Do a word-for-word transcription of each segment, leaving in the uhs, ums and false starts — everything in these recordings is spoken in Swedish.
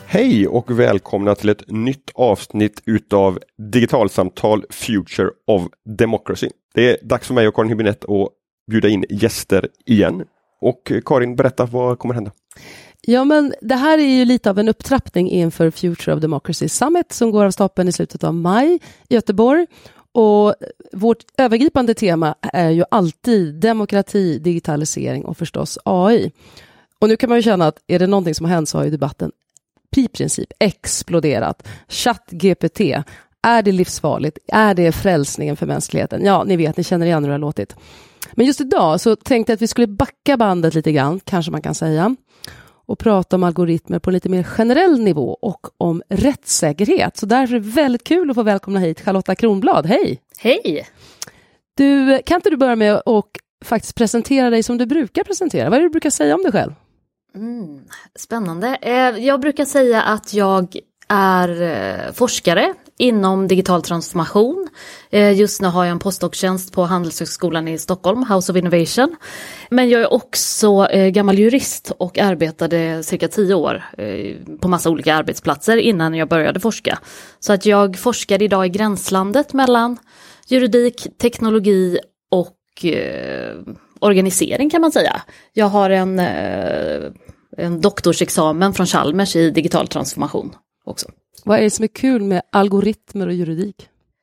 Hej och välkomna till ett nytt avsnitt utav Digitalsamtal Future of Democracy. Det är dags för mig och Karin Hübinette att bjuda in gäster igen. Och Karin, berätta, vad kommer hända? Ja, men det här är ju lite av en upptrappning inför Future of Democracy Summit som går av stapeln i slutet av maj i Göteborg. Och vårt övergripande tema är ju alltid demokrati, digitalisering och förstås A I. Och nu kan man ju känna att är det någonting som har hänt så har ju debatten i princip exploderat. ChatGPT, är det livsfarligt? Är det frälsningen för mänskligheten? Ja, ni vet, ni känner igen hur det har låtit. Men just idag så tänkte jag att vi skulle backa bandet lite grann, kanske man kan säga, och prata om algoritmer på lite mer generell nivå och om rättssäkerhet. Så därför är det väldigt kul att få välkomna hit Charlotta Kronblad. Hej! Hej! Du, kan inte du börja med att faktiskt presentera dig som du brukar presentera? Vad är det du brukar säga om dig själv? Mm, spännande. Jag brukar säga att jag är forskare inom digital transformation. Just nu har jag en postdoc-tjänst på Handelshögskolan i Stockholm, House of Innovation. Men jag är också gammal jurist och arbetade cirka tio år på massa olika arbetsplatser innan jag började forska. Så att jag forskar idag i gränslandet mellan juridik, teknologi och eh, organisering kan man säga. Jag har en, eh, en doktorsexamen från Chalmers i digital transformation också. Vad är det som är kul med algoritmer och juridik?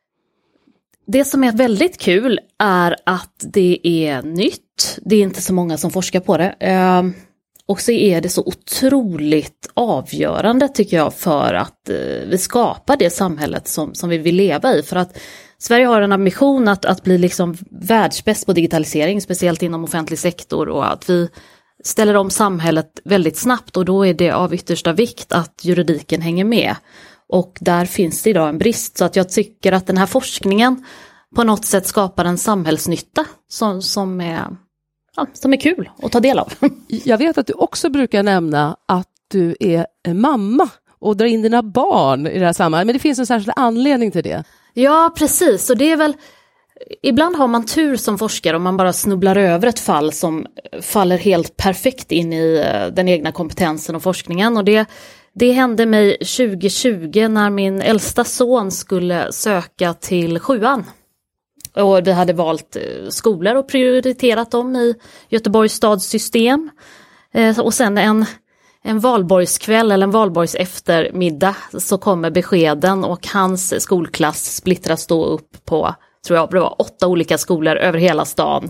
Det som är väldigt kul är att det är nytt. Det är inte så många som forskar på det. Eh, och så är det så otroligt avgörande tycker jag för att eh, vi skapar det samhället som, som vi vill leva i. För att Sverige har en ambition att, att bli liksom världsbäst på digitalisering, speciellt inom offentlig sektor, och att vi ställer om samhället väldigt snabbt, och då är det av yttersta vikt att juridiken hänger med. Och där finns det idag en brist, så att jag tycker att den här forskningen på något sätt skapar en samhällsnytta som, som, är, ja, som är kul att ta del av. Jag vet att du också brukar nämna att du är mamma och drar in dina barn i det här sammanhanget, men det finns en särskild anledning till det. Ja, precis. Och det är väl, ibland har man tur som forskare om man bara snubblar över ett fall som faller helt perfekt in i den egna kompetensen och forskningen. Och det, det hände mig tjugo tjugo när min äldsta son skulle söka till sjuan. Och vi hade valt skolor och prioriterat dem i Göteborgs stads system. Och sen en... En valborgskväll eller en valborgs eftermiddag så kommer beskeden, och hans skolklass splittras då upp på, tror jag, det var åtta olika skolor över hela stan.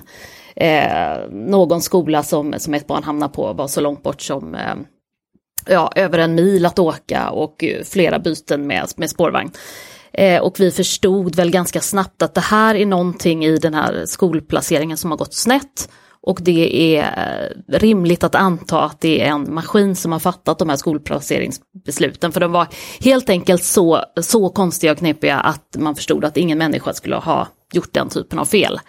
Eh, någon skola som, som ett barn hamnar på var så långt bort som eh, ja, över en mil att åka, och flera byten med, med spårvagn. Eh, och vi förstod väl ganska snabbt att det här är någonting i den här skolplaceringen som har gått snett. Och det är rimligt att anta att det är en maskin som har fattat de här skolplaceringsbesluten. För de var helt enkelt så, så konstiga och knepiga att man förstod att ingen människa skulle ha gjort den typen av fel.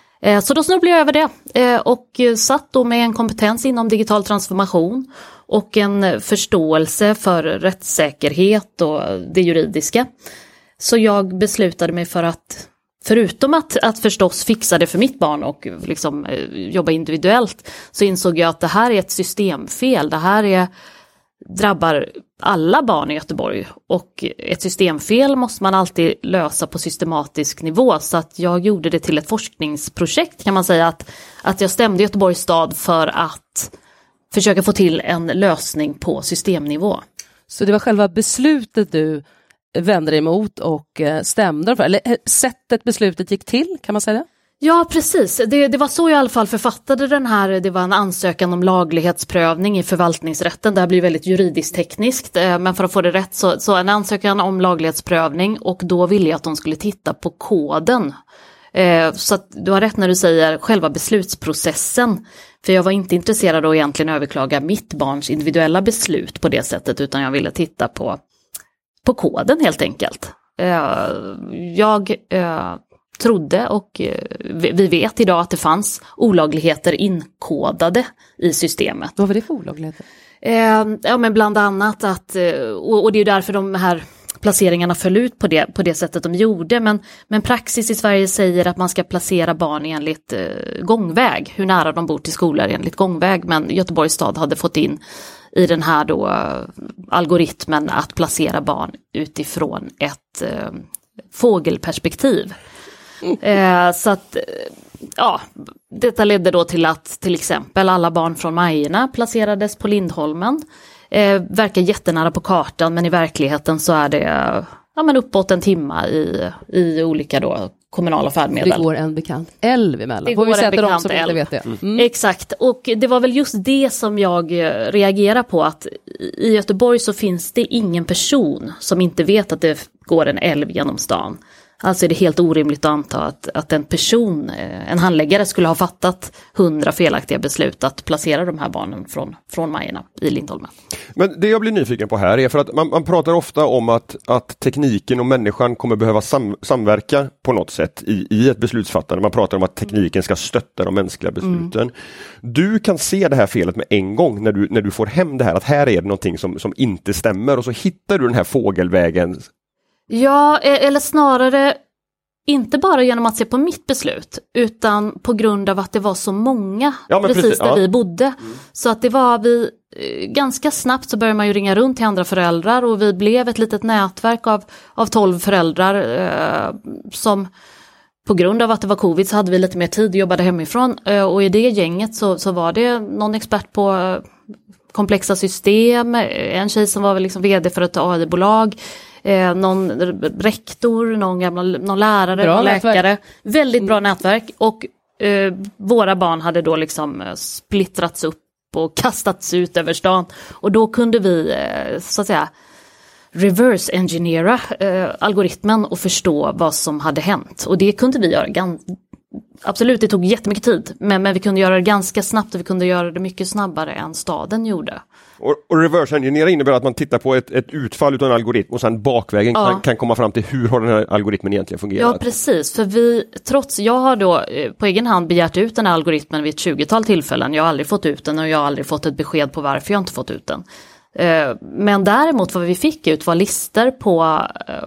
Så då snubblade jag över det och satt då med en kompetens inom digital transformation och en förståelse för rättssäkerhet och det juridiska. Så jag beslutade mig för att, förutom att, att förstås fixa det för mitt barn och liksom eh, jobba individuellt, så insåg jag att det här är ett systemfel. Det här är, drabbar alla barn i Göteborg, och ett systemfel måste man alltid lösa på systematisk nivå. Så att jag gjorde det till ett forskningsprojekt, kan man säga, att, att jag stämde Göteborgs stad för att försöka få till en lösning på systemnivå. Så det var själva beslutet du vände dig emot och stämde för, eller sättet beslutet gick till, kan man säga det? Ja, precis. Det, det var så jag i alla fall författade den här. Det var en ansökan om laglighetsprövning i förvaltningsrätten. Det här blir väldigt juridiskt tekniskt, men för att få det rätt så, så en ansökan om laglighetsprövning, och då ville jag att de skulle titta på koden. Så att du har rätt när du säger själva beslutsprocessen. För jag var inte intresserad av att egentligen överklaga mitt barns individuella beslut på det sättet, utan jag ville titta på på koden helt enkelt. Jag trodde, och vi vet idag, att det fanns olagligheter inkodade i systemet. Vad var det för olagligheter? Ja, men bland annat att, och det är ju därför de här placeringarna föll ut på det, på det sättet de gjorde. Men, men praxis i Sverige säger att man ska placera barn enligt eh, gångväg, hur nära de bor till skolor enligt gångväg. Men Göteborgs stad hade fått in i den här då algoritmen att placera barn utifrån ett eh, fågelperspektiv. Eh, så att ja, detta ledde då till att till exempel alla barn från Majorna placerades på Lindholmen. Eh, verkar jättenära på kartan, men i verkligheten så är det ja, men uppåt en timma i, i olika då kommunala färdmedel. Det går en bekant älv emellan. Det får vi går sätta en dem som bekant inte vet det. Mm. Exakt, och det var väl just det som jag reagerar på, att i Göteborg så finns det ingen person som inte vet att det går en älv genom stan. Alltså är det helt orimligt att anta att, att en person, en handläggare skulle ha fattat hundra felaktiga beslut att placera de här barnen från, från Majorna i Lindholmen. Men det jag blir nyfiken på här är för att man, man pratar ofta om att, att tekniken och människan kommer behöva sam, samverka på något sätt i, i ett beslutsfattande. Man pratar om att tekniken ska stötta de mänskliga besluten. Mm. Du kan se det här felet med en gång när du, när du får hem det här, att här är det någonting som, som inte stämmer, och så hittar du den här fågelvägen. Ja, eller snarare inte bara genom att se på mitt beslut, utan på grund av att det var så många ja, precis, precis där ja. vi bodde. Mm. Så att det var vi, ganska snabbt så började man ju ringa runt till andra föräldrar, och vi blev ett litet nätverk av, av tolv föräldrar eh, som på grund av att det var covid så hade vi lite mer tid och jobbade hemifrån. Eh, och i det gänget så, så var det någon expert på eh, komplexa system, en tjej som var väl liksom vd för ett A I-bolag, Eh, någon rektor, någon gammal någon lärare, bra någon läkare. Nätverk. Väldigt bra nätverk, och eh, våra barn hade då liksom eh, splittrats upp och kastats ut över stan, och då kunde vi eh, så att säga reverse engineera eh, algoritmen och förstå vad som hade hänt, och det kunde vi göra ganska absolut, det tog jättemycket tid, men, men vi kunde göra det ganska snabbt, och vi kunde göra det mycket snabbare än staden gjorde. Och, och reverse engineera innebär att man tittar på ett, ett utfall av en algoritm och sen bakvägen ja. kan, kan komma fram till hur har den här algoritmen egentligen fungerat. Ja, precis, för vi, trots, jag har då eh, på egen hand begärt ut den här algoritmen vid ett tjugotal tillfällen, jag har aldrig fått ut den, och jag har aldrig fått ett besked på varför jag inte fått ut den. Eh, men däremot vad vi fick ut var lister på, eh,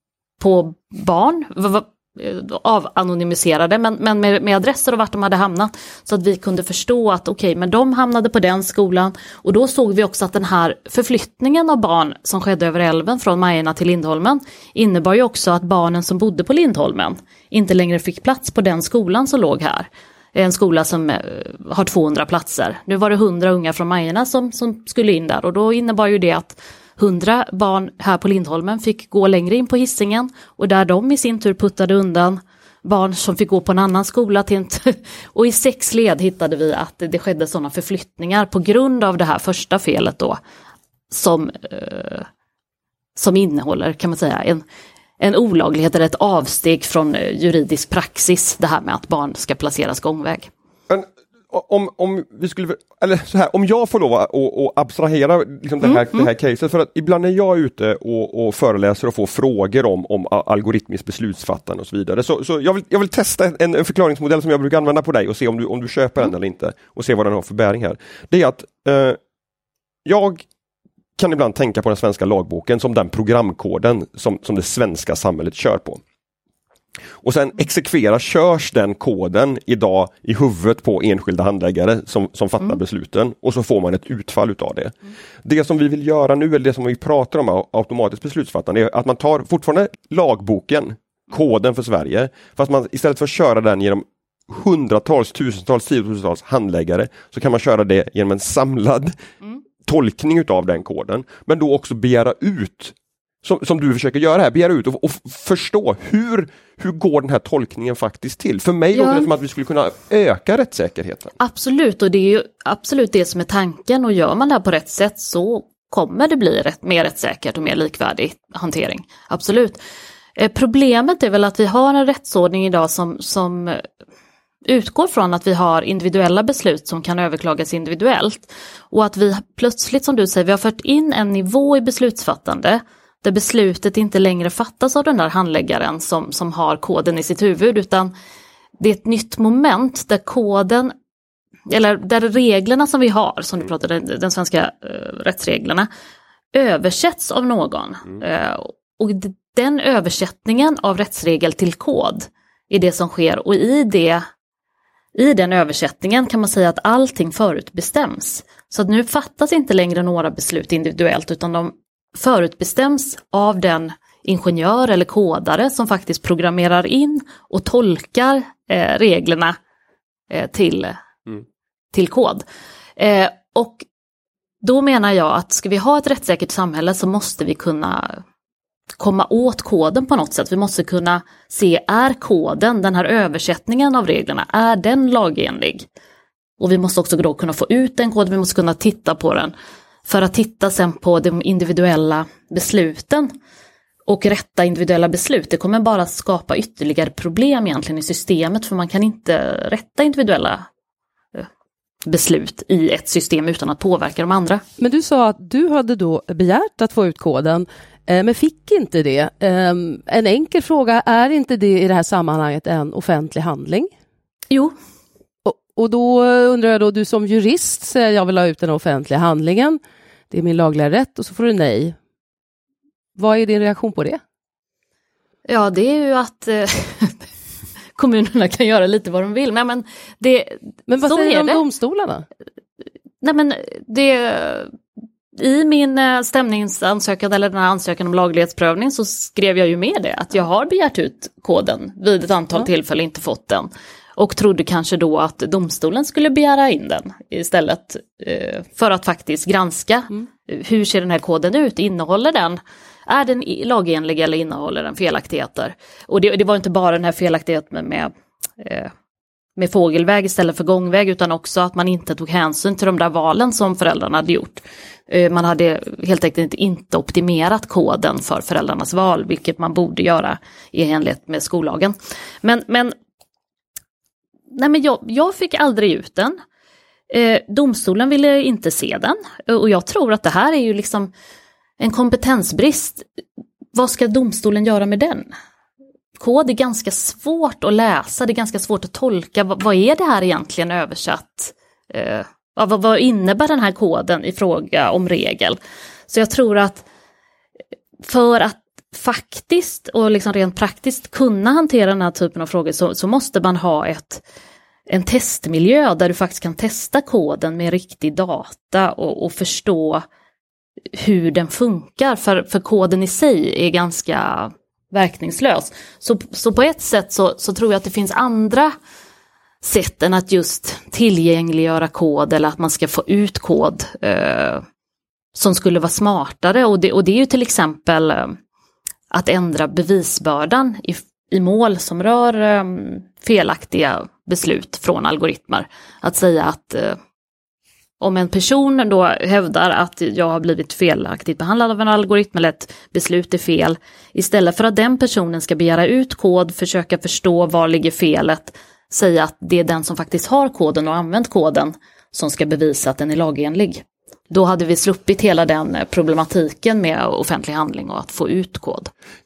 på barn, v- avanonymiserade, men, men med, med adresser och vart de hade hamnat, så att vi kunde förstå att okej, okay, men de hamnade på den skolan, och då såg vi också att den här förflyttningen av barn som skedde över älven från Majorna till Lindholmen innebar ju också att barnen som bodde på Lindholmen inte längre fick plats på den skolan som låg här. En skola som eh, har tvåhundra platser. Nu var det hundra unga från Majorna som, som skulle in där, och då innebar ju det att hundra barn här på Lindholmen fick gå längre in på Hisingen, och där de i sin tur puttade undan barn som fick gå på en annan skola till en t- och i sex led hittade vi att det skedde sådana förflyttningar på grund av det här första felet då, som, eh, som innehåller, kan man säga, en, en olaglighet eller ett avsteg från juridisk praxis, det här med att barn ska placeras gångväg. Men om, om vi skulle, eller så här, om jag får lov att och, och abstrahera liksom det, här, mm, det här caset, för att ibland när jag är ute och, och föreläser och får frågor om, om algoritmiskt beslutsfattande och så vidare, så, så jag, vill, jag vill testa en, en förklaringsmodell som jag brukar använda på dig och se om du, om du köper mm. den eller inte, och se vad den har för bäring här. Det är att eh, jag kan ibland tänka på den svenska lagboken som den programkoden som, som det svenska samhället kör på. Och sen exekvera, körs den koden idag i huvudet på enskilda handläggare som, som fattar mm. besluten, och så får man ett utfall utav det. Mm. Det som vi vill göra nu, eller det som vi pratar om automatiskt beslutsfattande, är att man tar fortfarande lagboken, koden för Sverige, fast man istället för att köra den genom hundratals, tusentals, tiotusentals handläggare, så kan man köra det genom en samlad mm. tolkning utav den koden, men då också begära ut, Som, som du försöker göra här, begära ut och, och förstå hur, hur går den här tolkningen faktiskt till. För mig ja. låter det som att vi skulle kunna öka rättssäkerheten. Absolut, och det är ju absolut det som är tanken, och gör man det här på rätt sätt så kommer det bli rätt, mer rättssäkert och mer likvärdig hantering. Absolut. Eh, problemet är väl att vi har en rättsordning idag som, som utgår från att vi har individuella beslut som kan överklagas individuellt, och att vi plötsligt, som du säger, vi har fört in en nivå i beslutsfattande där beslutet inte längre fattas av den där handläggaren som, som har koden i sitt huvud, utan det är ett nytt moment där koden, eller där reglerna som vi har, som du pratade, den svenska uh, rättsreglerna, översätts av någon. Mm. Uh, och den översättningen av rättsregel till kod är det som sker, och i det I den översättningen kan man säga att allting förutbestäms. Så att nu fattas inte längre några beslut individuellt, utan de förutbestäms av den ingenjör eller kodare som faktiskt programmerar in och tolkar eh, reglerna eh, till, mm. till kod. Eh, och då menar jag att ska vi ha ett rättssäkert samhälle så måste vi kunna komma åt koden på något sätt. Vi måste kunna se, är koden, den här översättningen av reglerna, är den lagenlig? Och vi måste också då kunna få ut den koden, vi måste kunna titta på den. För att titta sen på de individuella besluten och rätta individuella beslut. Det kommer bara skapa ytterligare problem egentligen i systemet, för man kan inte rätta individuella beslut i ett system utan att påverka de andra. Men du sa att du hade då begärt att få ut koden, men fick inte det. En enkel fråga, är inte det i det här sammanhanget en offentlig handling? Jo. Och, och då undrar jag då, du som jurist säger jag vill ha ut den offentliga handlingen. Det är min lagliga rätt, och så får du nej. Vad är din reaktion på det? Ja, det är ju att eh, kommunerna kan göra lite vad de vill. Nej, men det, men vad så säger är de det. Domstolarna? Nej, men det, i min stämningsansökan eller den här ansökan om laglighetsprövning så skrev jag ju med det. Att jag har begärt ut koden vid ett antal ja. tillfällen, inte fått den. Och trodde kanske då att domstolen skulle begära in den istället eh, för att faktiskt granska mm. hur ser den här koden ut, innehåller den, är den lagenlig eller innehåller den felaktigheter. Och det, det var inte bara den här felaktigheten med, eh, med fågelväg istället för gångväg, utan också att man inte tog hänsyn till de där valen som föräldrarna hade gjort. Eh, man hade helt enkelt inte optimerat koden för föräldrarnas val, vilket man borde göra i enlighet med skollagen. Men, men Nej, men jag, jag fick aldrig ut den. Eh, domstolen ville inte se den. Och jag tror att det här är ju liksom en kompetensbrist. Vad ska domstolen göra med den? Kod är ganska svårt att läsa. Det är ganska svårt att tolka. Vad, vad är det här egentligen översatt? Eh, vad, vad innebär den här koden i fråga om regel? Så jag tror att för att faktiskt och liksom rent praktiskt kunna hantera den här typen av frågor så, så måste man ha ett, en testmiljö där du faktiskt kan testa koden med riktig data och, och förstå hur den funkar. För, för koden i sig är ganska verkningslös. Så, så på ett sätt så, så tror jag att det finns andra sätt än att just tillgängliggöra kod eller att man ska få ut kod eh, som skulle vara smartare. Och det, och det är ju till exempel eh, att ändra bevisbördan i, i mål som rör um, felaktiga beslut från algoritmer. Att säga att uh, om en person då hävdar att jag har blivit felaktigt behandlad av en algoritm eller ett beslut är fel, istället för att den personen ska begära ut kod, försöka förstå var ligger felet, säga att det är den som faktiskt har koden och använt koden som ska bevisa att den är lagenlig. Då hade vi sluppit hela den problematiken med offentlig handling och att få ut kod.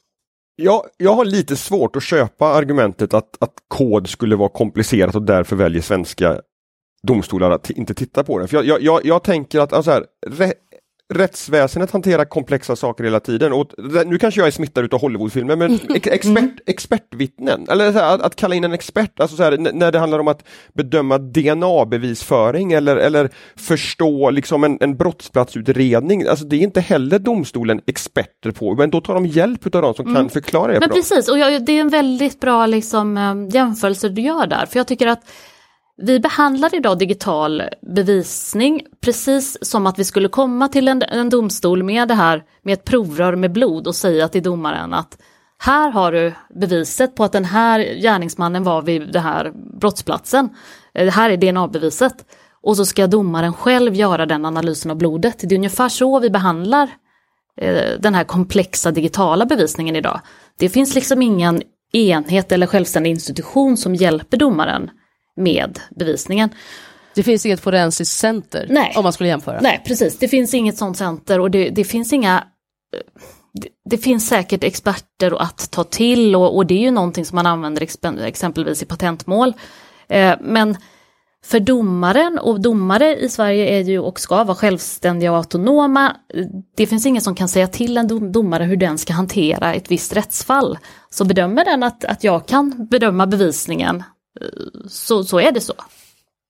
Ja, jag har lite svårt att köpa argumentet att, att kod skulle vara komplicerat och därför väljer svenska domstolar att inte titta på det. För jag, jag, jag tänker att alltså här, re, rättsväsendet hanterar komplexa saker hela tiden. Och nu kanske jag är smittad utav Hollywoodfilmer, men expert, expertvittnen, eller så här, att, att kalla in en expert, alltså så här, n- när det handlar om att bedöma D N A-bevisföring eller, eller förstå liksom en, en brottsplatsutredning, alltså det är inte heller domstolen experter på, men då tar de hjälp utav de som mm. kan förklara det men bra. Precis, och jag, det är en väldigt bra liksom, jämförelse du gör där, för jag tycker att vi behandlar idag digital bevisning precis som att vi skulle komma till en, en domstol med det här med ett provrör med blod och säga till domaren att här har du beviset på att den här gärningsmannen var vid den här brottsplatsen. Det här är D N A-beviset. Och så ska domaren själv göra den analysen av blodet. Det är ungefär så vi behandlar eh, den här komplexa digitala bevisningen idag. Det finns liksom ingen enhet eller självständig institution som hjälper domaren med bevisningen. Det finns inget forensiskt center. Nej. Om man skulle jämföra. Nej, precis. Det finns inget sånt center och det, det finns inga det, det finns säkert experter att ta till och, och det är ju någonting som man använder exp- exempelvis i patentmål. Eh, men för domaren och domare i Sverige är ju och ska vara självständiga och autonoma. Det finns ingen som kan säga till en dom- domare hur den ska hantera ett visst rättsfall. Så bedömer den att, att jag kan bedöma bevisningen, Så, så är det så.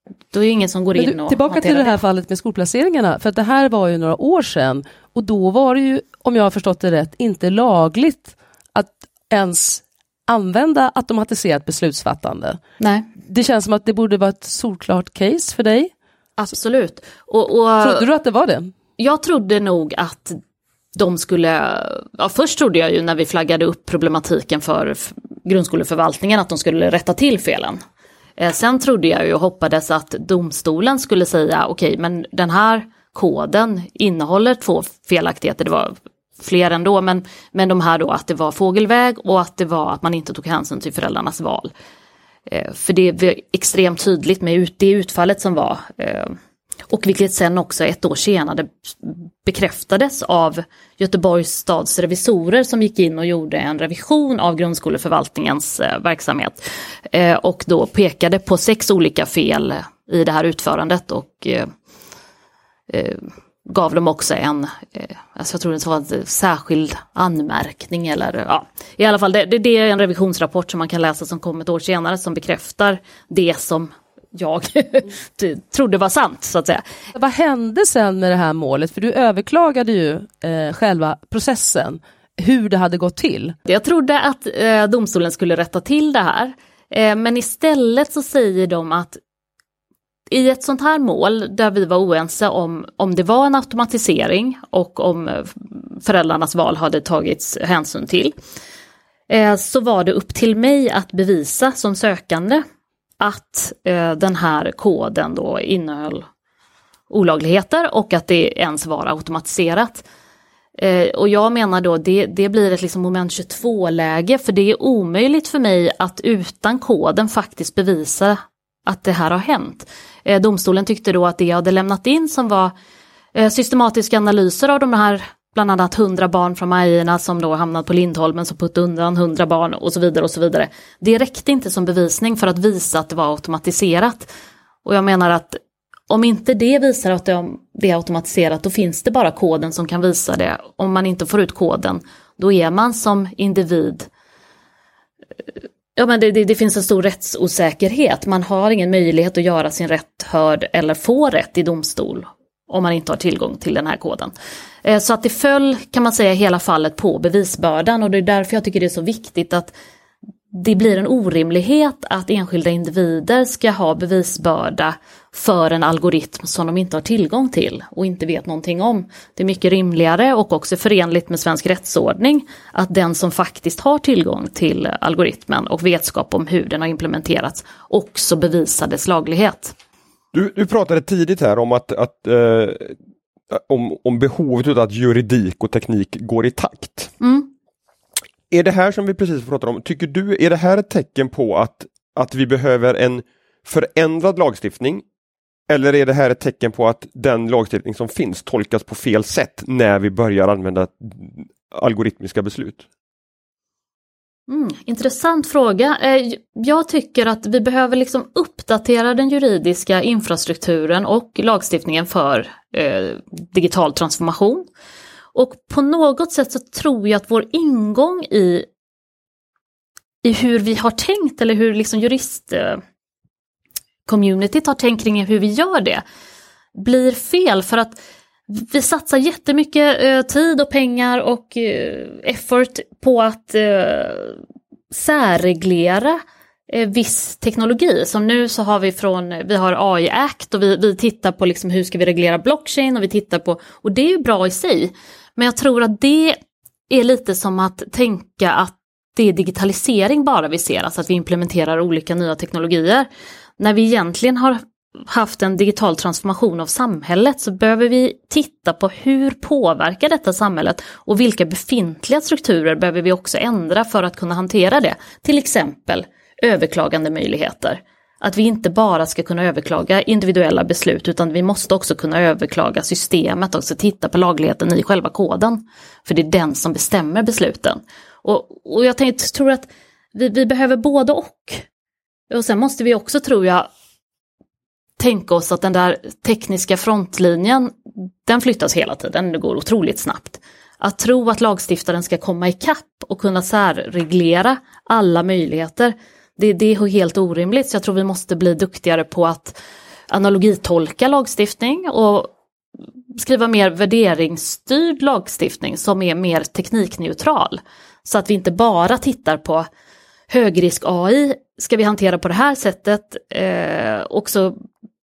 Då är det ingen som går in du, och tillbaka till det här det. fallet med skolplaceringarna, för att det här var ju några år sedan och då var det ju, om jag har förstått det rätt, inte lagligt att ens använda automatiserat beslutsfattande. Nej. Det känns som att det borde vara ett solklart case för dig. Absolut. Och, och, Trodde du att det var det? Jag trodde nog att de skulle, ja, först trodde jag ju när vi flaggade upp problematiken för grundskoleförvaltningen att de skulle rätta till felen. Eh, sen trodde jag ju och hoppades att domstolen skulle säga okej, okay, men den här koden innehåller två felaktigheter, det var fler ändå, men, men de här då att det var fågelväg och att det var att man inte tog hänsyn till föräldrarnas val. Eh, för det var extremt tydligt med ut, det utfallet som var, eh, och vilket sen också ett år senare bekräftades av Göteborgs stads revisorer som gick in och gjorde en revision av grundskoleförvaltningens eh, verksamhet. Eh, och då pekade på sex olika fel i det här utförandet och eh, eh, gav dem också en, eh, alltså jag tror det var en särskild anmärkning eller ja, i alla fall det, det, det är en revisionsrapport som man kan läsa som kom ett år senare som bekräftar det som jag trodde var sant, så att säga. Vad hände sen med det här målet? För du överklagade ju eh, själva processen, hur det hade gått till. Jag trodde att eh, domstolen skulle rätta till det här, eh, men istället så säger de att i ett sånt här mål där vi var oense om, om det var en automatisering och om föräldrarnas val hade tagits hänsyn till, eh, så var det upp till mig att bevisa som sökande att eh, den här koden då innehöll olagligheter och att det ens var automatiserat. Eh, och jag menar då det, det blir ett liksom moment tjugotvå-läge, för det är omöjligt för mig att utan koden faktiskt bevisa att det här har hänt. Eh, domstolen tyckte då att det jag hade lämnat in som var eh, systematiska analyser av de här bland annat hundra barn från Majorna som då hamnat på Lindholmen som putt undan hundra barn och så vidare och så vidare. Det räckte inte som bevisning för att visa att det var automatiserat. Och jag menar att om inte det visar att det är automatiserat, då finns det bara koden som kan visa det. Om man inte får ut koden, då är man som individ, ja men det, det, det finns en stor rättsosäkerhet. Man har ingen möjlighet att göra sin rätt hörd eller få rätt i domstol om man inte har tillgång till den här koden. Så att det föll, kan man säga, hela fallet på bevisbördan, och det är därför jag tycker det är så viktigt att det blir en orimlighet att enskilda individer ska ha bevisbörda för en algoritm som de inte har tillgång till och inte vet någonting om. Det är mycket rimligare och också förenligt med svensk rättsordning att den som faktiskt har tillgång till algoritmen och vetskap om hur den har implementerats också bevisar dess laglighet. Du, du pratade tidigt här om att, att eh, om, om behovet av att juridik och teknik går i takt. Mm. Är det här som vi precis pratade om, tycker du, är det här ett tecken på att, att vi behöver en förändrad lagstiftning? Eller är det här ett tecken på att den lagstiftning som finns tolkas på fel sätt när vi börjar använda algoritmiska beslut? Mm, intressant fråga. Jag tycker att vi behöver liksom uppdatera den juridiska infrastrukturen och lagstiftningen för eh, digital transformation. Och på något sätt så tror jag att vår ingång i, i hur vi har tänkt, eller hur liksom jurist-communityt har tänkt kring hur vi gör det, blir fel, för att vi satsar jättemycket eh, tid och pengar och eh, effort på att eh, särreglera eh, viss teknologi. Som nu så har vi från, vi har A I Act och vi, vi tittar på liksom hur ska vi reglera blockchain, och vi tittar på, och det är ju bra i sig. Men jag tror att det är lite som att tänka att det är digitalisering bara vi ser, alltså att vi implementerar olika nya teknologier. När vi egentligen har haft en digital transformation av samhället, så behöver vi titta på hur påverkar detta samhället och vilka befintliga strukturer behöver vi också ändra för att kunna hantera det. Till exempel överklagande möjligheter. Att vi inte bara ska kunna överklaga individuella beslut, utan vi måste också kunna överklaga systemet och också titta på lagligheten i själva koden. För det är den som bestämmer besluten. Och, och jag tänkte, tror att vi, vi behöver både och. Och sen måste vi också, tror jag, tänka oss att den där tekniska frontlinjen, den flyttas hela tiden, det går otroligt snabbt. Att tro att lagstiftaren ska komma i kapp och kunna särreglera alla möjligheter, det, det är helt orimligt. Så jag tror vi måste bli duktigare på att analogitolka lagstiftning och skriva mer värderingsstyrd lagstiftning som är mer teknikneutral. Så att vi inte bara tittar på högrisk A I, ska vi hantera på det här sättet, eh, också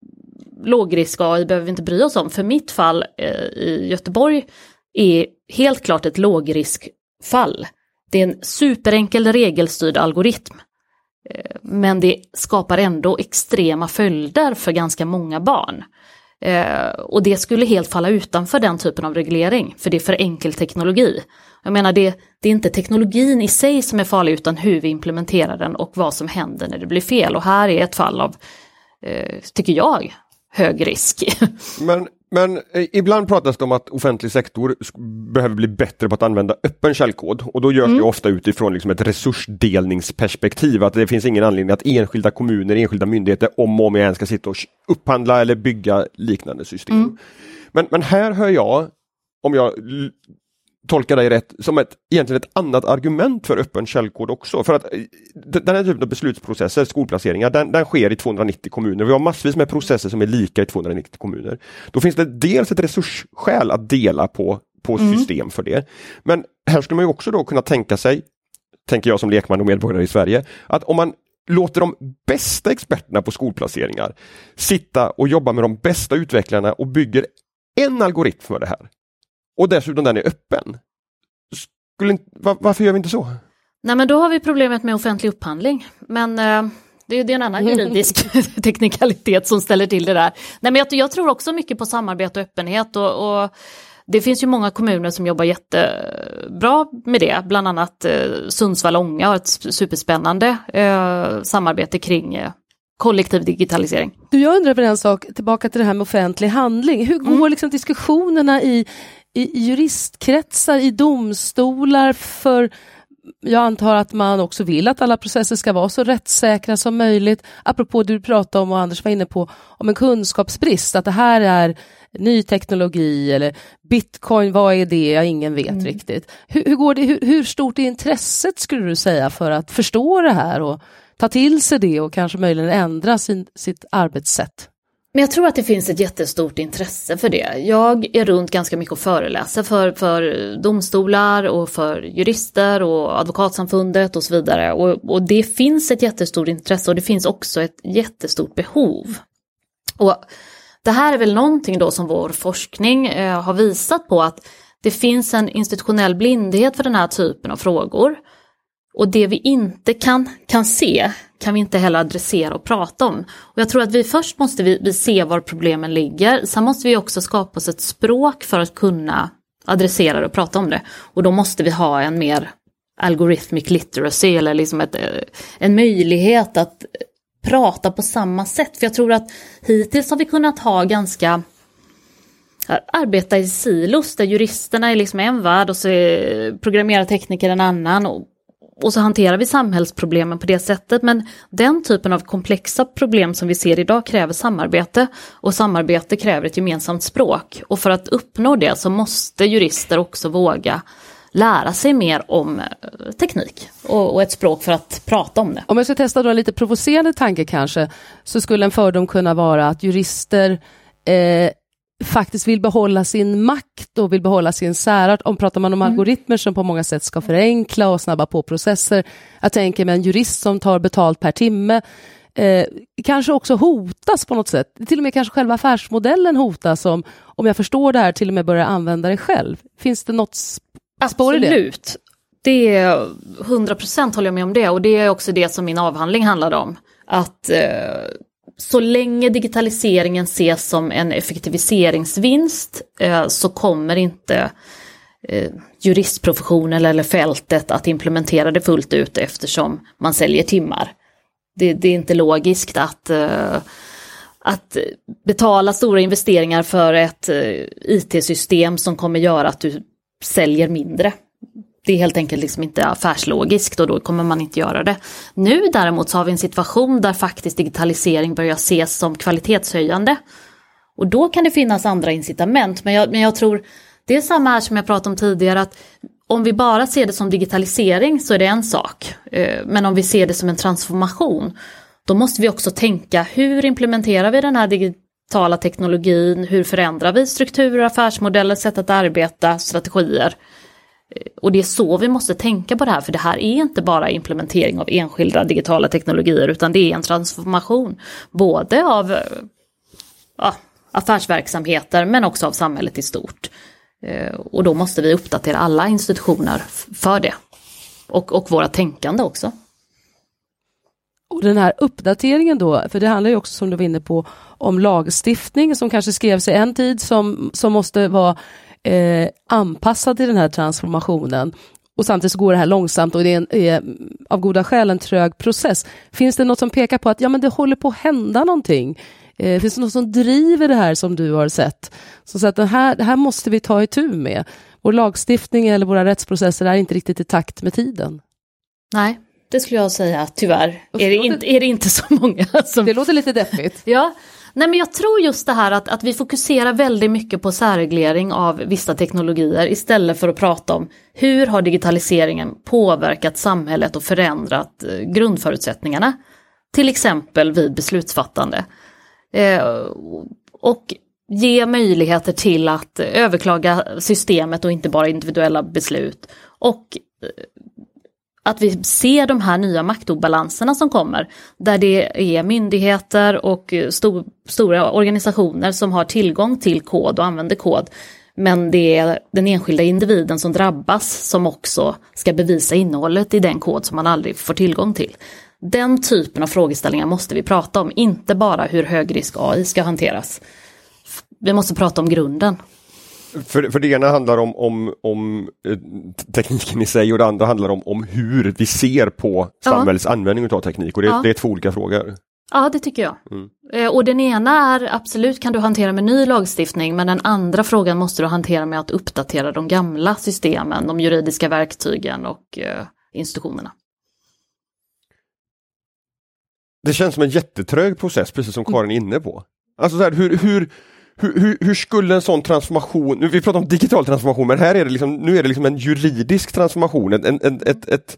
lågrisk A I behöver vi inte bry oss om. För mitt fall eh, i Göteborg är helt klart ett lågriskfall. Det är en superenkel regelstyrd algoritm. Eh, men det skapar ändå extrema följder för ganska många barn. Eh, och det skulle helt falla utanför den typen av reglering, för det är för enkel teknologi. Jag menar, det, det är inte teknologin i sig som är farlig, utan hur vi implementerar den och vad som händer när det blir fel. Och här är ett fall av, eh, tycker jag, hög risk. Men, men eh, ibland pratas det om att offentlig sektor behöver bli bättre på att använda öppen källkod. Och då görs mm. det ofta utifrån liksom ett resursdelningsperspektiv. Att det finns ingen anledning att enskilda kommuner, enskilda myndigheter om och om igen ska sitta och upphandla eller bygga liknande system. Mm. Men, men här hör jag, om jag l- tolkar dig rätt, som ett, egentligen ett annat argument för öppen källkod också. För att den här typen av beslutsprocesser, skolplaceringar, den, den sker i tvåhundranittio kommuner. Vi har massvis med processer som är lika i tvåhundranittio kommuner. Då finns det dels ett resursskäl att dela på, på mm. system för det. Men här skulle man ju också då kunna tänka sig, tänker jag som lekman och medborgare i Sverige, att om man låter de bästa experterna på skolplaceringar sitta och jobba med de bästa utvecklarna och bygger en algoritm för det här. Och dessutom den är öppen. Skulle inte, var, varför gör vi inte så? Nej, men då har vi problemet med offentlig upphandling. Men eh, det, det är en annan juridisk teknikalitet som ställer till det där. Nej, men jag, jag tror också mycket på samarbete och öppenhet. Och, och det finns ju många kommuner som jobbar jättebra med det. Bland annat eh, Sundsvall och Ånge har ett superspännande eh, samarbete kring eh, kollektiv digitalisering. Du, jag undrar för en sak, tillbaka till det här med offentlig handling. Hur går mm. liksom diskussionerna i i juristkretsar, i domstolar, för jag antar att man också vill att alla processer ska vara så rättssäkra som möjligt. Apropå det du pratade om och Anders var inne på, om en kunskapsbrist, att det här är ny teknologi eller bitcoin, vad är det? Jag ingen vet mm. riktigt. Hur, hur, går det, hur, hur stort är intresset, skulle du säga, för att förstå det här och ta till sig det och kanske möjligen ändra sin, sitt arbetssätt? Men jag tror att det finns ett jättestort intresse för det. Jag är runt ganska mycket och föreläser för, för domstolar och för jurister och advokatsamfundet och så vidare. Och, och det finns ett jättestort intresse och det finns också ett jättestort behov. Och det här är väl någonting då som vår forskning eh, har visat på, att det finns en institutionell blindhet för den här typen av frågor. Och det vi inte kan, kan se kan vi inte heller adressera och prata om. Och jag tror att vi först måste vi, vi se var problemen ligger. Sen måste vi också skapa oss ett språk för att kunna adressera det och prata om det. Och då måste vi ha en mer algorithmic literacy, eller liksom ett, en möjlighet att prata på samma sätt. För jag tror att hittills har vi kunnat ha ganska... arbeta i silos där juristerna är liksom en värld och så är programmerartekniker en annan, och Och så hanterar vi samhällsproblemen på det sättet. Men den typen av komplexa problem som vi ser idag kräver samarbete. Och samarbete kräver ett gemensamt språk. Och för att uppnå det så måste jurister också våga lära sig mer om teknik. Och, och ett språk för att prata om det. Om jag ska testa då en lite provocerande tanke kanske, så skulle en fördom kunna vara att jurister... Eh, faktiskt vill behålla sin makt och vill behålla sin särart. Om pratar man om mm. algoritmer som på många sätt ska förenkla och snabba på processer. Jag tänker med en jurist som tar betalt per timme eh, kanske också hotas på något sätt. Till och med kanske själva affärsmodellen hotas om, om jag förstår det här, till och med börjar använda det själv. Finns det något spår i det? Absolut. Det är hundra procent håller jag med om det, och det är också det som min avhandling handlade om. Att eh, så länge digitaliseringen ses som en effektiviseringsvinst eh, så kommer inte eh, juristprofessionen eller fältet att implementera det fullt ut, eftersom man säljer timmar. Det, det är inte logiskt att, eh, att betala stora investeringar för ett eh, I T-system som kommer göra att du säljer mindre. Det är helt enkelt liksom inte affärslogiskt, och då kommer man inte göra det. Nu däremot så har vi en situation där faktiskt digitalisering börjar ses som kvalitetshöjande. Och då kan det finnas andra incitament. Men jag, men jag tror det är samma här som jag pratade om tidigare, att om vi bara ser det som digitalisering så är det en sak. Men om vi ser det som en transformation, då måste vi också tänka, hur implementerar vi den här digitala teknologin, hur förändrar vi strukturer, affärsmodeller, sätt att arbeta, strategier. Och det är så vi måste tänka på det här, för det här är inte bara implementering av enskilda digitala teknologier, utan det är en transformation både av ja, affärsverksamheter men också av samhället i stort. Och då måste vi uppdatera alla institutioner för det. Och, och våra tänkande också. Och den här uppdateringen då, för det handlar ju också som du var inne på om lagstiftning som kanske skrevs i en tid som, som måste vara eh, anpassad till den här transformationen. Och samtidigt så går det här långsamt och det är, en, är av goda skäl en trög process. Finns det något som pekar på att ja, men det håller på att hända någonting? Eh, finns det något som driver det här som du har sett? Så att det här, det här måste vi ta itu med. Vår lagstiftning eller våra rättsprocesser är inte riktigt i takt med tiden. Nej, det skulle jag säga tyvärr. Är det, inte, är det inte så många som... Det låter lite deppigt. Ja, nej men jag tror just det här att, att vi fokuserar väldigt mycket på särreglering av vissa teknologier istället för att prata om hur har digitaliseringen påverkat samhället och förändrat eh, grundförutsättningarna. Till exempel vid beslutsfattande. Eh, och ge möjligheter till att överklaga systemet och inte bara individuella beslut. Och att vi ser de här nya maktobalanserna som kommer. Där det är myndigheter och stor, stora organisationer som har tillgång till kod och använder kod. Men det är den enskilda individen som drabbas som också ska bevisa innehållet i den kod som man aldrig får tillgång till. Den typen av frågeställningar måste vi prata om. Inte bara hur högrisk A I ska hanteras. Vi måste prata om grunden. För, för det ena handlar om, om, om eh, tekniken i sig och det andra handlar om, om hur vi ser på samhällets ja. användning av teknik. Och det, ja. det är två olika frågor. Ja, det tycker jag. Mm. Eh, och den ena är absolut kan du hantera med ny lagstiftning, men den andra frågan måste du hantera med att uppdatera de gamla systemen, de juridiska verktygen och eh, institutionerna. Det känns som en jättetrög process, precis som Karin är inne på. Alltså så här, hur... hur Hur, hur, hur skulle en sån transformation, nu vi pratar om digital transformation, men här är det liksom, nu är det liksom en juridisk transformation, en, en, ett, ett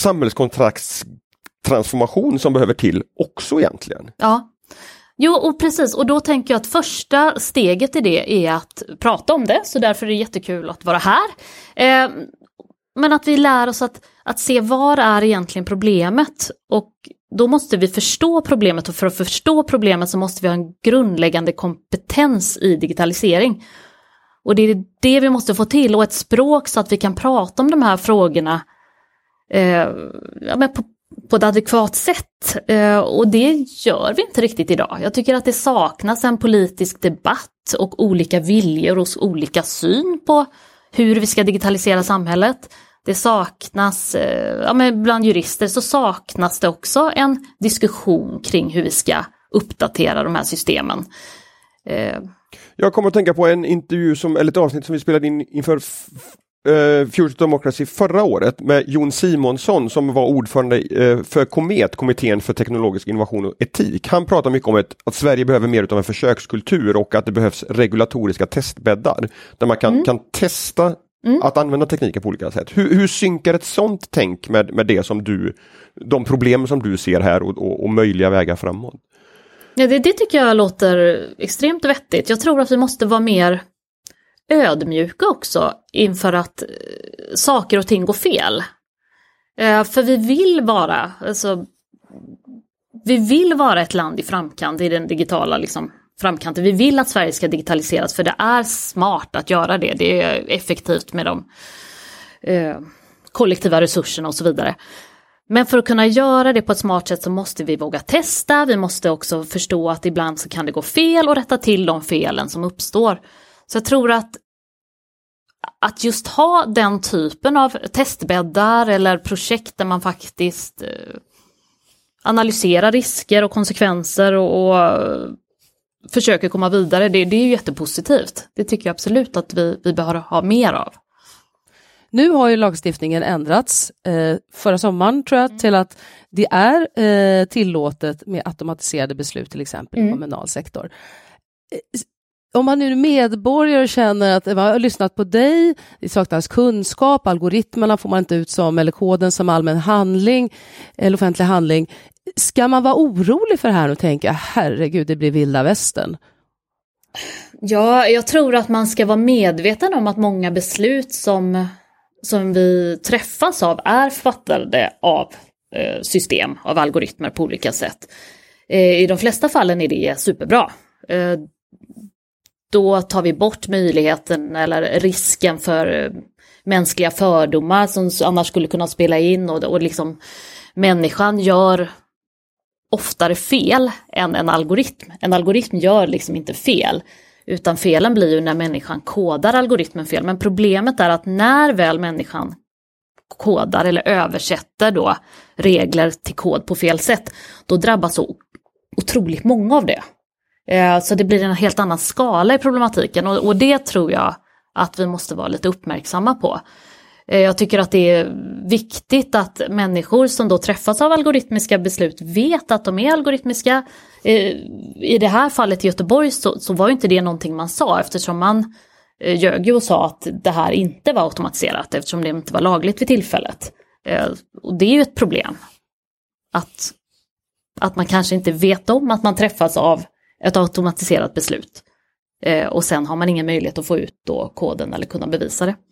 samhällskontraktstransformation som behöver till också egentligen. Ja, jo och precis, och då tänker jag att första steget i det är att prata om det, så därför är det jättekul att vara här. Eh, men att vi lär oss att, att se vad är egentligen problemet, och då måste vi förstå problemet, och för att förstå problemet så måste vi ha en grundläggande kompetens i digitalisering. Och det är det vi måste få till, och ett språk så att vi kan prata om de här frågorna eh, ja, men på, på ett adekvat sätt. Eh, och det gör vi inte riktigt idag. Jag tycker att det saknas en politisk debatt och olika viljor och olika syn på hur vi ska digitalisera samhället. Det saknas, ja men bland jurister så saknas det också en diskussion kring hur vi ska uppdatera de här systemen. Eh. Jag kommer att tänka på en intervju, som, eller ett avsnitt som vi spelade in inför f- uh, Future Democracy förra året med Jon Simonsson som var ordförande uh, för Komet, kommittén för teknologisk innovation och etik. Han pratar mycket om ett, att Sverige behöver mer av en försökskultur och att det behövs regulatoriska testbäddar där man kan, mm. kan testa Mm. att använda tekniken på olika sätt. Hur, hur synkar ett sånt tänk med, med det som du, de problem som du ser här och, och, och möjliga vägar framåt? Ja, det, det tycker jag låter extremt vettigt. Jag tror att vi måste vara mer ödmjuka också inför att eh, saker och ting går fel. Eh, för vi vill vara, alltså, vi vill vara ett land i framkant i den digitala liksom, framkanten. Vi vill att Sverige ska digitaliseras, för det är smart att göra det. Det är effektivt med de eh, kollektiva resurserna och så vidare. Men för att kunna göra det på ett smart sätt så måste vi våga testa. Vi måste också förstå att ibland så kan det gå fel och rätta till de felen som uppstår. Så jag tror att att just ha den typen av testbäddar eller projekt där man faktiskt eh, analyserar risker och konsekvenser och, och försöker komma vidare, det, det är ju jättepositivt. Det tycker jag absolut att vi, vi behöver ha mer av. Nu har ju lagstiftningen ändrats eh, förra sommaren tror jag, mm. till att det är eh, tillåtet med automatiserade beslut till exempel mm. i kommunal sektor. Eh, om man nu är medborgare och känner att man har lyssnat på dig, det saknas kunskap, algoritmerna får man inte ut som, eller koden som allmän handling eller offentlig handling. Ska man vara orolig för det här och tänka, herregud, det blir vilda västern? Ja, jag tror att man ska vara medveten om att många beslut som, som vi träffas av är fattade av eh, system, av algoritmer på olika sätt. Eh, I de flesta fallen är det superbra. Eh, då tar vi bort möjligheten eller risken för eh, mänskliga fördomar som annars skulle kunna spela in, och, och liksom människan gör oftare fel än en algoritm. En algoritm gör liksom inte fel, utan felen blir ju när människan kodar algoritmen fel. Men problemet är att när väl människan kodar eller översätter då regler till kod på fel sätt, då drabbas så otroligt många av det. Eh, så det blir en helt annan skala i problematiken, och, och det tror jag att vi måste vara lite uppmärksamma på. Eh, jag tycker att det är viktigt att människor som då träffas av algoritmiska beslut vet att de är algoritmiska. Eh, I det här fallet i Göteborg så, så var ju inte det någonting man sa, eftersom man eh, ljög och sa att det här inte var automatiserat, eftersom det inte var lagligt vid tillfället. Eh, och det är ju ett problem. Att, att man kanske inte vet om att man träffas av ett automatiserat beslut. Eh, och sen har man ingen möjlighet att få ut då koden eller kunna bevisa det.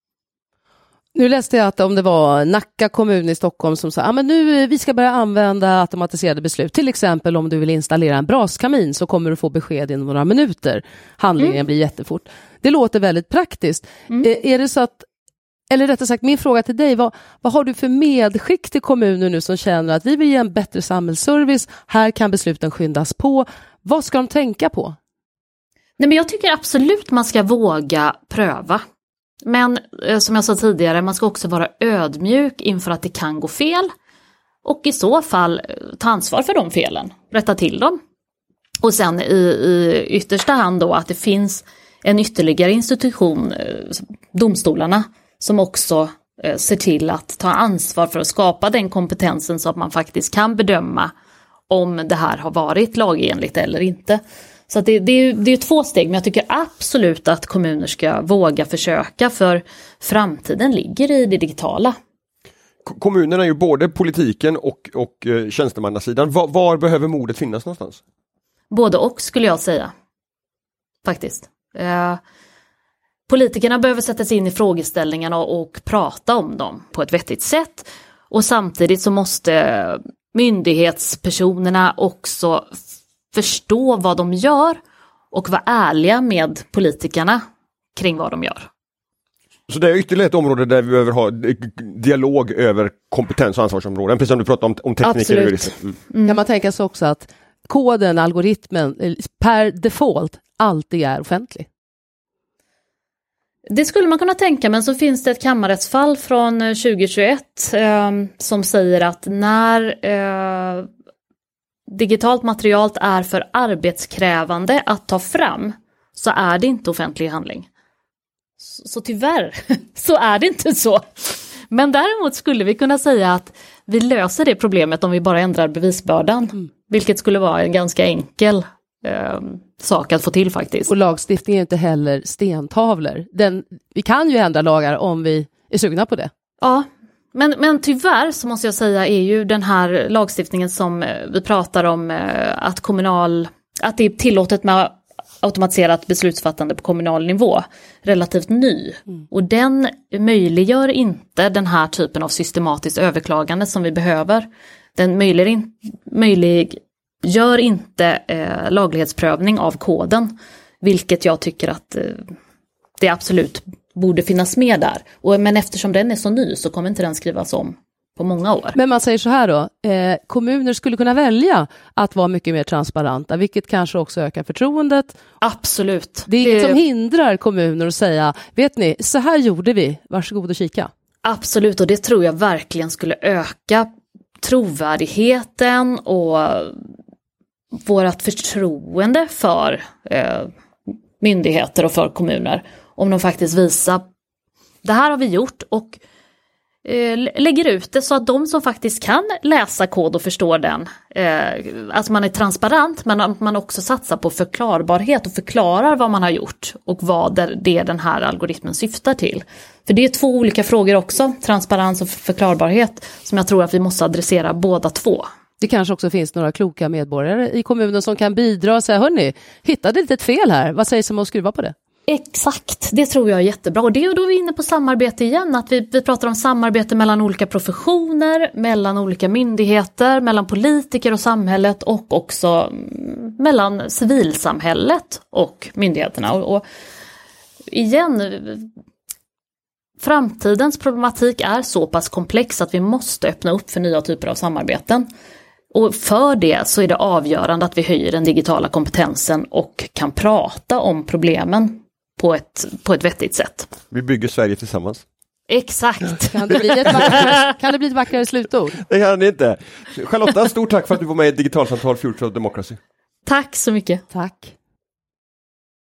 Nu läste jag att om det var Nacka kommun i Stockholm som sa att ah, men nu vi ska börja använda automatiserade beslut. Till exempel om du vill installera en braskamin så kommer du få besked inom några minuter. Handlingen mm. blir jättefort. Det låter väldigt praktiskt. Mm. Eh, är det så att, eller rättare sagt min fråga till dig, vad, vad har du för medskick till kommuner nu som känner att vi vill ge en bättre samhällsservice, här kan besluten skyndas på. Vad ska de tänka på? Nej, men jag tycker absolut man ska våga pröva. Men eh, som jag sa tidigare, man ska också vara ödmjuk inför att det kan gå fel. Och i så fall ta ansvar för de felen, rätta till dem. Och sen i, i yttersta hand då att det finns en ytterligare institution, eh, domstolarna, som också eh, ser till att ta ansvar för att skapa den kompetensen så att man faktiskt kan bedöma om det här har varit lagenligt eller inte. Så att det, det, är, det är två steg, men jag tycker absolut att kommuner ska våga försöka, för framtiden ligger i det digitala. Kommunerna är ju både politiken och, och eh, tjänstemannasidan. Var, var behöver modet finnas någonstans? Både och skulle jag säga. Faktiskt. Eh, politikerna behöver sätta sig in i frågeställningarna och, och prata om dem på ett vettigt sätt. Och samtidigt så måste myndighetspersonerna också förstå vad de gör och vara ärliga med politikerna kring vad de gör. Så det är ytterligare ett område där vi behöver ha dialog över kompetens- och ansvarsområden, precis som du pratade om, om tekniker. Absolut. Mm. Mm. Kan man tänka sig också att koden, algoritmen per default alltid är offentlig? Det skulle man kunna tänka, men så finns det ett kammarrättsfall från tjugohundratjugoett eh, som säger att när eh, digitalt material är för arbetskrävande att ta fram så är det inte offentlig handling. Så, så tyvärr så är det inte så. Men däremot skulle vi kunna säga att vi löser det problemet om vi bara ändrar bevisbördan. Mm. Vilket skulle vara en ganska enkel eh, sak att få till faktiskt. Och lagstiftning är inte heller stentavlor. Den, vi kan ju ändra lagar om vi är sugna på det. Ja, men, men tyvärr så måste jag säga är ju den här lagstiftningen som vi pratar om eh, att kommunal, att det är tillåtet med automatiserat beslutsfattande på kommunal nivå relativt ny. Mm. Och den möjliggör inte den här typen av systematiskt överklagande som vi behöver. Den möjliggör, in, möjliggör inte eh, laglighetsprövning av koden, vilket jag tycker att eh, det absolut borde finnas med där. Och, men eftersom den är så ny så kommer inte den skrivas om på många år. Men man säger så här då, eh, kommuner skulle kunna välja att vara mycket mer transparenta, vilket kanske också ökar förtroendet. Absolut. Det är inget det... som hindrar kommuner att säga, vet ni, så här gjorde vi, varsågod och kika. Absolut, och det tror jag verkligen skulle öka trovärdigheten och vårt förtroende för eh, myndigheter och för kommuner. Om de faktiskt visar, det här har vi gjort och lägger ut det så att de som faktiskt kan läsa kod och förstå den, eh, alltså man är transparent, men att man också satsar på förklarbarhet och förklarar vad man har gjort och vad det den här algoritmen syftar till. För det är två olika frågor också, transparens och förklarbarhet, som jag tror att vi måste adressera båda två Det kanske också finns några kloka medborgare i kommunen som kan bidra och säga, hörni, hittade lite ett fel här, vad sägs om att skruva på det? Exakt, det tror jag är jättebra. Och det är då vi är inne på samarbete igen, att vi, vi pratar om samarbete mellan olika professioner, mellan olika myndigheter, mellan politiker och samhället och också mellan civilsamhället och myndigheterna. Och, och igen, framtidens problematik är så pass komplex att vi måste öppna upp för nya typer av samarbeten. Och för det så är det avgörande att vi höjer den digitala kompetensen och kan prata om problemen på ett, på ett vettigt sätt. Vi bygger Sverige tillsammans. Exakt. Kan det bli ett vackrare, kan det bli ett vackrare slutord? Det kan det inte. Charlotta, stort tack för att du var med i Digitalsamtal Future of Democracy. Tack så mycket. Tack.